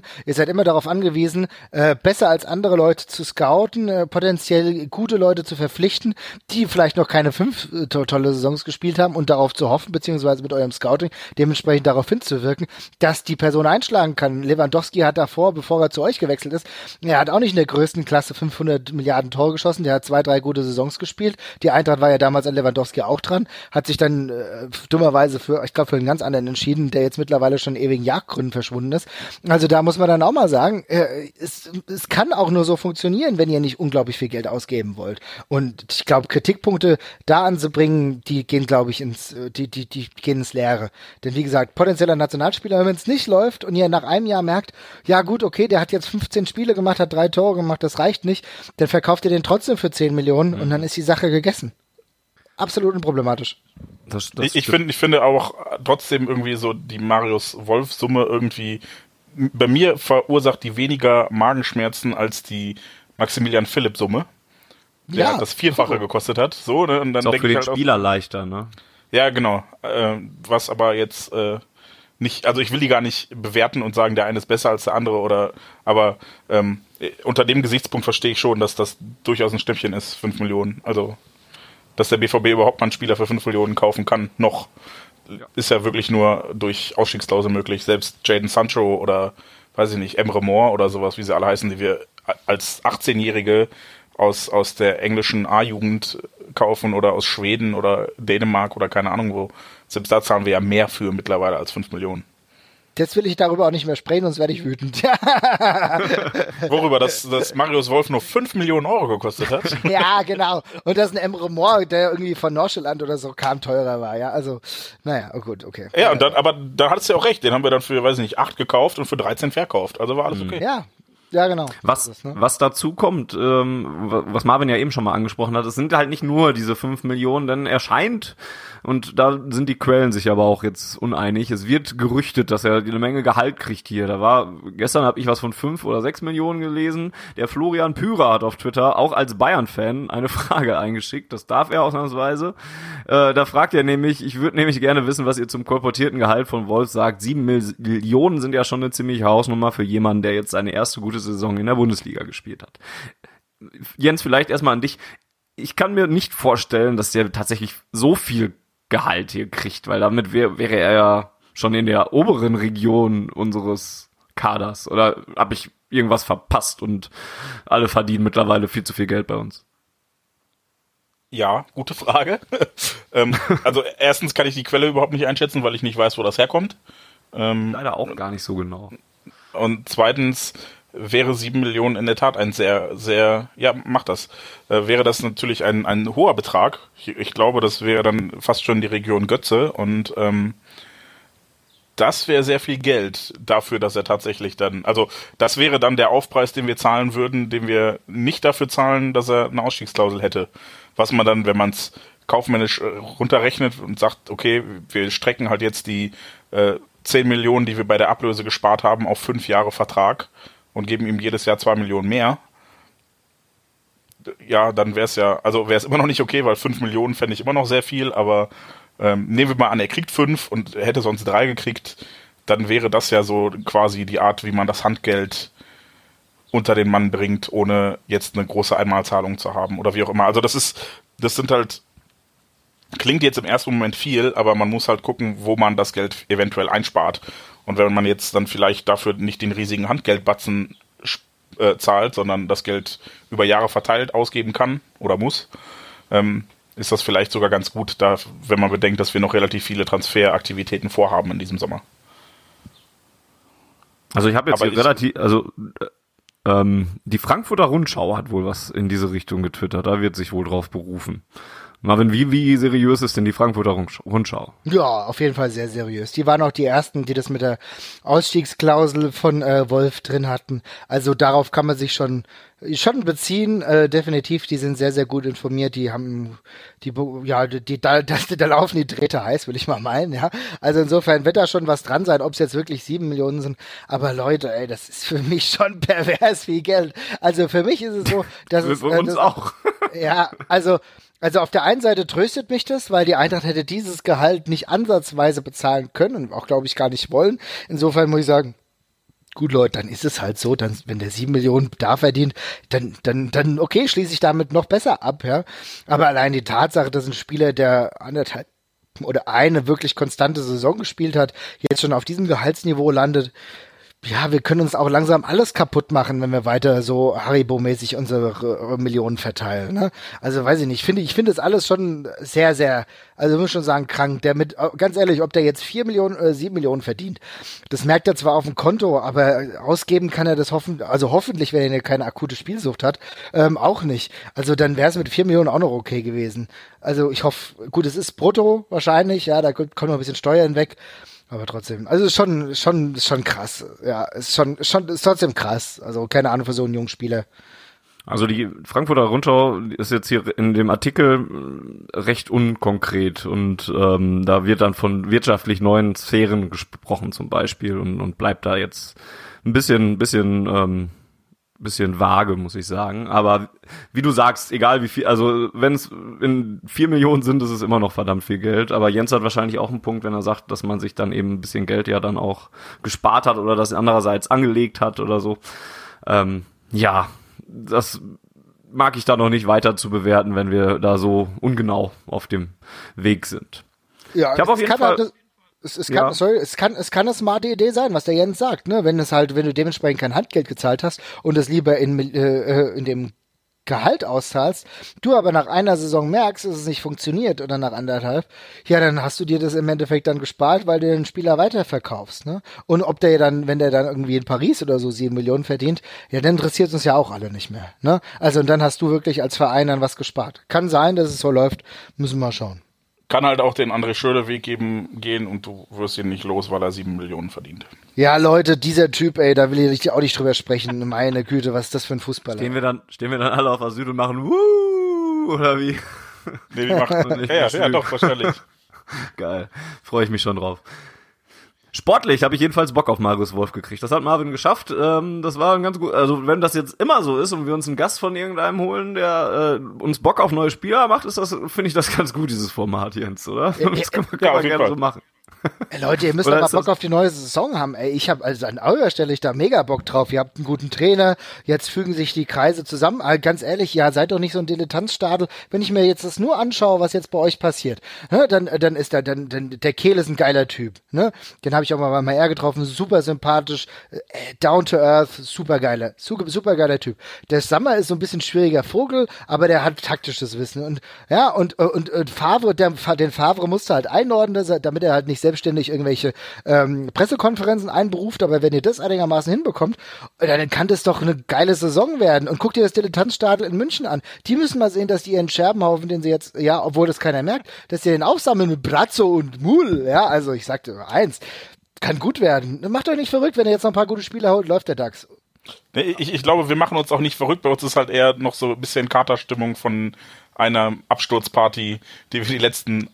besser als andere Leute zu scouten, potenziell gute Leute zu verpflichten, die vielleicht noch keine 5 tolle Saisons gespielt haben und darauf zu hoffen, beziehungsweise mit eurem Scouting dementsprechend darauf hinzuwirken, dass die Person einschlagen kann. Lewandowski hat davor, bevor er zu euch gewechselt ist, er hat auch nicht in der größten Klasse 500 Milliarden Tore geschossen, der hat 2-3 gute Saisons gespielt. Die Eintracht war ja damals an Lewandowski auch dran, hat sich dann dummerweise für einen ganz anderen entschieden, der jetzt mittlerweile schon in ewigen Jagdgründen verschwunden ist. Also da muss man dann auch mal sagen, es kann auch nur so funktionieren, wenn ihr nicht unglaublich viel Geld ausgeben wollt. Und ich glaube, Kritikpunkte da anzubringen, die gehen, glaube ich, ins Leere. Denn wie gesagt, potenzieller Nationalspieler, wenn es nicht läuft und ihr nach einem Jahr merkt, ja gut, okay, der hat jetzt 15 Spiele gemacht, hat 3 Tore gemacht, das reicht nicht, dann verkauft ihr den trotzdem für 10 Millionen und dann ist die Sache gegessen. Absolut unproblematisch. Ich finde auch trotzdem irgendwie so die Marius-Wolf-Summe irgendwie, bei mir verursacht die weniger Magenschmerzen als die Maximilian-Philipp-Summe, der halt das Vierfache gekostet hat. So, ne? Und dann ist auch für den halt Spieler leichter, ne? Ja, genau. Was aber jetzt nicht, also ich will die gar nicht bewerten und sagen, der eine ist besser als der andere aber unter dem Gesichtspunkt verstehe ich schon, dass das durchaus ein Schnäppchen ist, 5 Millionen. Also, dass der BVB überhaupt mal einen Spieler für 5 Millionen kaufen kann, ist ja wirklich nur durch Ausstiegsklausel möglich. Selbst Jadon Sancho oder, weiß ich nicht, Emre Mor oder sowas, wie sie alle heißen, die wir als 18-Jährige aus der englischen A-Jugend kaufen oder aus Schweden oder Dänemark oder keine Ahnung wo. Selbst da zahlen wir ja mehr für mittlerweile als 5 Millionen. Jetzt will ich darüber auch nicht mehr sprechen, sonst werde ich wütend. Worüber, dass Marius Wolf nur 5 Millionen Euro gekostet hat? Ja, genau. Und dass ein Emre Mor, der irgendwie von Nordsjælland oder so kam, teurer war, ja. Also, naja, oh gut, okay. Ja, und dann, aber da hattest du ja auch recht. Den haben wir dann für, weiß ich nicht, 8 gekauft und für 13 verkauft. Also war alles okay. Ja, genau. Was dazu kommt, was Marvin ja eben schon mal angesprochen hat, es sind halt nicht nur diese 5 Millionen, denn er scheint, und da sind die Quellen sich aber auch jetzt uneinig, es wird gerüchtet, dass er eine Menge Gehalt kriegt hier. Gestern habe ich was von 5 oder 6 Millionen gelesen. Der Florian Pürer hat auf Twitter, auch als Bayern-Fan, eine Frage eingeschickt. Das darf er ausnahmsweise. Da fragt er nämlich, ich würde nämlich gerne wissen, was ihr zum kolportierten Gehalt von Wolf sagt. 7 Millionen sind ja schon eine ziemliche Hausnummer für jemanden, der jetzt seine erste gute Saison in der Bundesliga gespielt hat. Jens, vielleicht erstmal an dich. Ich kann mir nicht vorstellen, dass der tatsächlich so viel Gehalt hier kriegt, weil damit wäre er ja schon in der oberen Region unseres Kaders. Oder habe ich irgendwas verpasst und alle verdienen mittlerweile viel zu viel Geld bei uns? Ja, gute Frage. Also erstens kann ich die Quelle überhaupt nicht einschätzen, weil ich nicht weiß, wo das herkommt. Leider auch gar nicht so genau. Und zweitens wäre 7 Millionen in der Tat ein sehr, sehr, ja, macht das. Wäre das natürlich ein hoher Betrag. Ich glaube, das wäre dann fast schon die Region Götze und das wäre sehr viel Geld dafür, dass er tatsächlich dann, also das wäre dann der Aufpreis, den wir zahlen würden, den wir nicht dafür zahlen, dass er eine Ausstiegsklausel hätte. Was man dann, wenn man es kaufmännisch runterrechnet und sagt, okay, wir strecken halt jetzt die 10 Millionen, die wir bei der Ablöse gespart haben, auf 5 Jahre Vertrag und geben ihm jedes Jahr 2 Millionen mehr, ja, dann wäre es immer noch nicht okay, weil 5 Millionen fände ich immer noch sehr viel, aber nehmen wir mal an, er kriegt 5 und hätte sonst 3 gekriegt, dann wäre das ja so quasi die Art, wie man das Handgeld unter den Mann bringt, ohne jetzt eine große Einmalzahlung zu haben oder wie auch immer. Also das sind halt, klingt jetzt im ersten Moment viel, aber man muss halt gucken, wo man das Geld eventuell einspart. Und wenn man jetzt dann vielleicht dafür nicht den riesigen Handgeldbatzen zahlt, sondern das Geld über Jahre verteilt ausgeben kann oder muss, ist das vielleicht sogar ganz gut, wenn man bedenkt, dass wir noch relativ viele Transferaktivitäten vorhaben in diesem Sommer. Also ich habe jetzt die Frankfurter Rundschau hat wohl was in diese Richtung getwittert, da wird sich wohl drauf berufen. Marvin, wie seriös ist denn die Frankfurter Rundschau? Ja, auf jeden Fall sehr seriös. Die waren auch die ersten, die das mit der Ausstiegsklausel von Wolf drin hatten. Also darauf kann man sich schon beziehen. Definitiv, die sind sehr, sehr gut informiert. Die haben da laufen die Drähte heiß, will ich mal meinen. Ja, also insofern wird da schon was dran sein, ob es jetzt wirklich 7 Millionen sind. Aber Leute, ey, das ist für mich schon pervers viel Geld. Also für mich ist es so, dass es für uns auch. Ja, also auf der einen Seite tröstet mich das, weil die Eintracht hätte dieses Gehalt nicht ansatzweise bezahlen können und auch, glaube ich, gar nicht wollen. Insofern muss ich sagen, gut, Leute, dann ist es halt so, dann, wenn der 7 Millionen da verdient, dann okay, schließe ich damit noch besser ab, ja. Aber allein die Tatsache, dass ein Spieler, der anderthalb oder eine wirklich konstante Saison gespielt hat, jetzt schon auf diesem Gehaltsniveau landet, ja, wir können uns auch langsam alles kaputt machen, wenn wir weiter so Haribo-mäßig unsere Millionen verteilen, ne? Also weiß ich nicht, ich finde das alles schon sehr, sehr, also muss schon sagen, krank. Der ganz ehrlich, ob der jetzt 4 Millionen, 7 Millionen verdient, das merkt er zwar auf dem Konto, aber ausgeben kann er das hoffentlich, wenn er keine akute Spielsucht hat, auch nicht. Also dann wäre es mit 4 Millionen auch noch okay gewesen. Also ich hoffe, gut, es ist brutto wahrscheinlich, ja, da kommt noch ein bisschen Steuern weg. Aber trotzdem, also ist schon krass. Ja, ist trotzdem krass. Also keine Ahnung für so einen jungen Spieler. Also die Frankfurter Rundschau ist jetzt hier in dem Artikel recht unkonkret und da wird dann von wirtschaftlich neuen Sphären gesprochen zum Beispiel und bleibt da jetzt ein bisschen vage, muss ich sagen. Aber wie du sagst, egal wie viel, also wenn es in 4 Millionen sind, ist es immer noch verdammt viel Geld. Aber Jens hat wahrscheinlich auch einen Punkt, wenn er sagt, dass man sich dann eben ein bisschen Geld ja dann auch gespart hat oder das andererseits angelegt hat oder so. Ja, das mag ich da noch nicht weiter zu bewerten, wenn wir da so ungenau auf dem Weg sind. Ja, ich habe auf jeden Fall... Es kann eine smarte Idee sein, was der Jens sagt, ne? Wenn du dementsprechend kein Handgeld gezahlt hast und es lieber in dem Gehalt auszahlst, du aber nach einer Saison merkst, dass es nicht funktioniert oder nach anderthalb, ja, dann hast du dir das im Endeffekt dann gespart, weil du den Spieler weiterverkaufst, ne? Und ob der dann, wenn der dann irgendwie in Paris oder so 7 Millionen verdient, ja, dann interessiert uns ja auch alle nicht mehr, ne? Also und dann hast du wirklich als Verein dann was gespart. Kann sein, dass es so läuft, müssen wir mal schauen. Kann halt auch den André Schöle-Weg gehen und du wirst ihn nicht los, weil er 7 Millionen verdient. Ja, Leute, dieser Typ, ey, da will ich auch nicht drüber sprechen. Meine Güte, was ist das für ein Fußballer? Stehen wir dann alle auf Asyl und machen Wuh, oder wie? Nee, die machen ja, doch, wahrscheinlich. Geil, freue ich mich schon drauf. Sportlich habe ich jedenfalls Bock auf Marius Wolf gekriegt. Das hat Marvin geschafft. Das war ein ganz gut. Also wenn das jetzt immer so ist und wir uns einen Gast von irgendeinem holen, der uns Bock auf neue Spieler macht, finde ich das ganz gut, dieses Format, Jens, oder? Das kann man gerne so machen. Ey, Leute, ihr müsst doch mal Bock auf die neue Saison haben. Ey, ich habe also an eurer Stelle da mega Bock drauf. Ihr habt einen guten Trainer. Jetzt fügen sich die Kreise zusammen. Aber ganz ehrlich, ja, seid doch nicht so ein Dilettanzstadel. Wenn ich mir jetzt das nur anschaue, was jetzt bei euch passiert, ne, dann ist der Kehl ist ein geiler Typ. Ne? Den habe ich auch mal bei HR getroffen. Super sympathisch, down to earth, super geiler Typ. Der Sammer ist so ein bisschen schwieriger Vogel, aber der hat taktisches Wissen. Und ja, und Favre, den Favre musste halt einordnen, damit er halt nicht selbstständig irgendwelche Pressekonferenzen einberuft, aber wenn ihr das einigermaßen hinbekommt, dann kann das doch eine geile Saison werden. Und guckt ihr das Dilettantstadel in München an. Die müssen mal sehen, dass die ihren Scherbenhaufen, den sie jetzt, ja, obwohl das keiner merkt, dass sie den aufsammeln mit Brazzo und Mul. Ja, also ich sagte eins, kann gut werden. Macht euch nicht verrückt, wenn ihr jetzt noch ein paar gute Spieler holt, läuft der DAX. Ich glaube, wir machen uns auch nicht verrückt. Bei uns ist halt eher noch so ein bisschen Katerstimmung von einer Absturzparty, die wir die letzten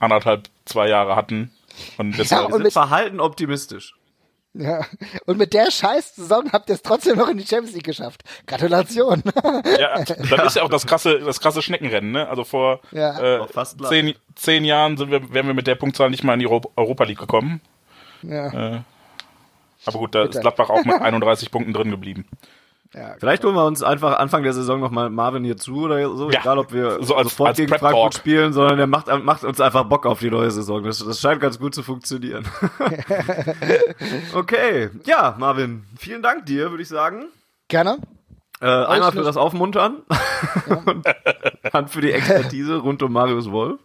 2 Jahre hatten. Und deshalb wir sind verhalten optimistisch. Ja, und mit der Scheiß-Saison habt ihr es trotzdem noch in die Champions League geschafft. Gratulation. Ja, dann ist ja auch das krasse Schneckenrennen, ne? Also vor 10 Jahren wären wir mit der Punktzahl nicht mal in die Europa League gekommen. Ja. Aber gut, da ist Gladbach auch mit 31 Punkten drin geblieben. Ja, vielleicht holen wir uns einfach Anfang der Saison nochmal Marvin hier zu oder so, egal ob wir so sofort gegen Frankfurt spielen, sondern der macht uns einfach Bock auf die neue Saison. Das scheint ganz gut zu funktionieren. Okay, ja, Marvin, vielen Dank dir, würde ich sagen. Gerne. Einmal für das Aufmuntern und dann für die Expertise rund um Marius Wolf.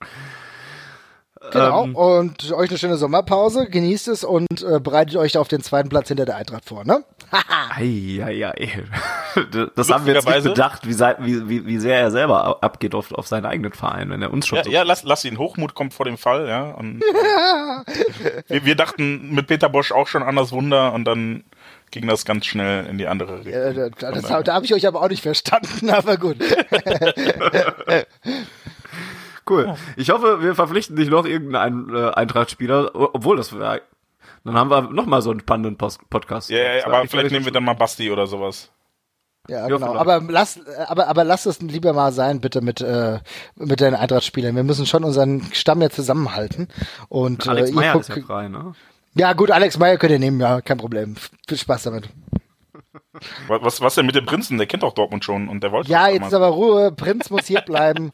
Genau, und euch eine schöne Sommerpause, genießt es und bereitet euch auf den zweiten Platz hinter der Eintracht vor, ne? Eieiei. Das haben wir jetzt nicht bedacht, wie sehr er selber abgeht auf seinen eigenen Verein, wenn er uns schon lass ihn. Hochmut kommt vor dem Fall, ja. Und, wir dachten mit Peter Bosch auch schon an das Wunder und dann ging das ganz schnell in die andere Richtung. Da habe ich euch aber auch nicht verstanden, aber gut. Cool. Ich hoffe, wir verpflichten nicht noch irgendeinen Eintracht-Spieler, obwohl das wäre... Dann haben wir nochmal so einen spannenden Podcast. Ja, aber vielleicht nehmen wir dann mal Basti oder sowas. Ja, genau. Aber lass es lieber mal sein, bitte, mit den Eintracht-Spielern. Wir müssen schon unseren Stamm ja zusammenhalten. Und Alex Meyer ist ja frei, ne? Ja, gut, Alex Meyer könnt ihr nehmen, ja, kein Problem. Viel Spaß damit. Was denn mit dem Prinzen? Der kennt doch Dortmund schon und der wollte. Ja, jetzt ist aber Ruhe. Prinz muss hier bleiben.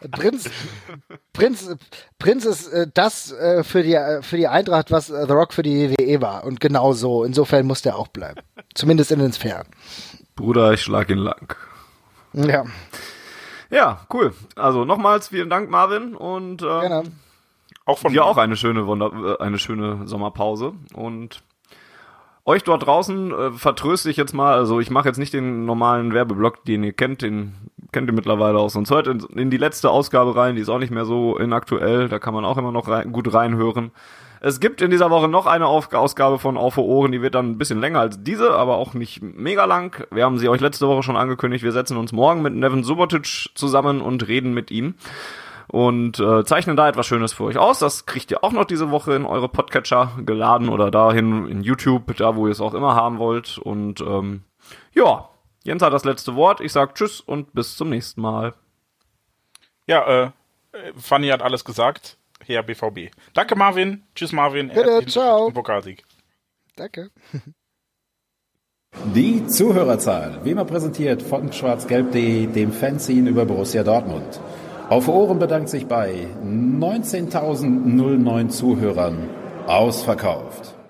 Prinz ist das für die Eintracht, was The Rock für die WWE war. Und genau so. Insofern muss der auch bleiben. Zumindest in den Sphären. Bruder, ich schlag ihn lang. Ja. Ja, cool. Also nochmals vielen Dank, Marvin. Und genau. Auch von dir auch eine schöne Sommerpause. Und euch dort draußen vertröste ich jetzt mal, also ich mache jetzt nicht den normalen Werbeblock, den ihr kennt, den kennt ihr mittlerweile auch, sonst hört in die letzte Ausgabe rein, die ist auch nicht mehr so inaktuell, da kann man auch immer noch gut reinhören. Es gibt in dieser Woche noch eine Ausgabe von Auf für Ohren, die wird dann ein bisschen länger als diese, aber auch nicht mega lang. Wir haben sie euch letzte Woche schon angekündigt, wir setzen uns morgen mit Neven Subotic zusammen und reden mit ihm. Und zeichnen da etwas Schönes für euch aus. Das kriegt ihr auch noch diese Woche in eure Podcatcher geladen oder dahin in YouTube, da wo ihr es auch immer haben wollt. Und ja, Jens hat das letzte Wort. Ich sag Tschüss und bis zum nächsten Mal. Ja, Fanny hat alles gesagt. Her BVB. Danke Marvin. Tschüss Marvin. Bitte, ciao. Pokalsieg. Danke. Die Zuhörerzahl, wie immer präsentiert von schwarzgelb.de, dem Fanzine über Borussia Dortmund. Auf Ohren bedankt sich bei 19.009 Zuhörern ausverkauft.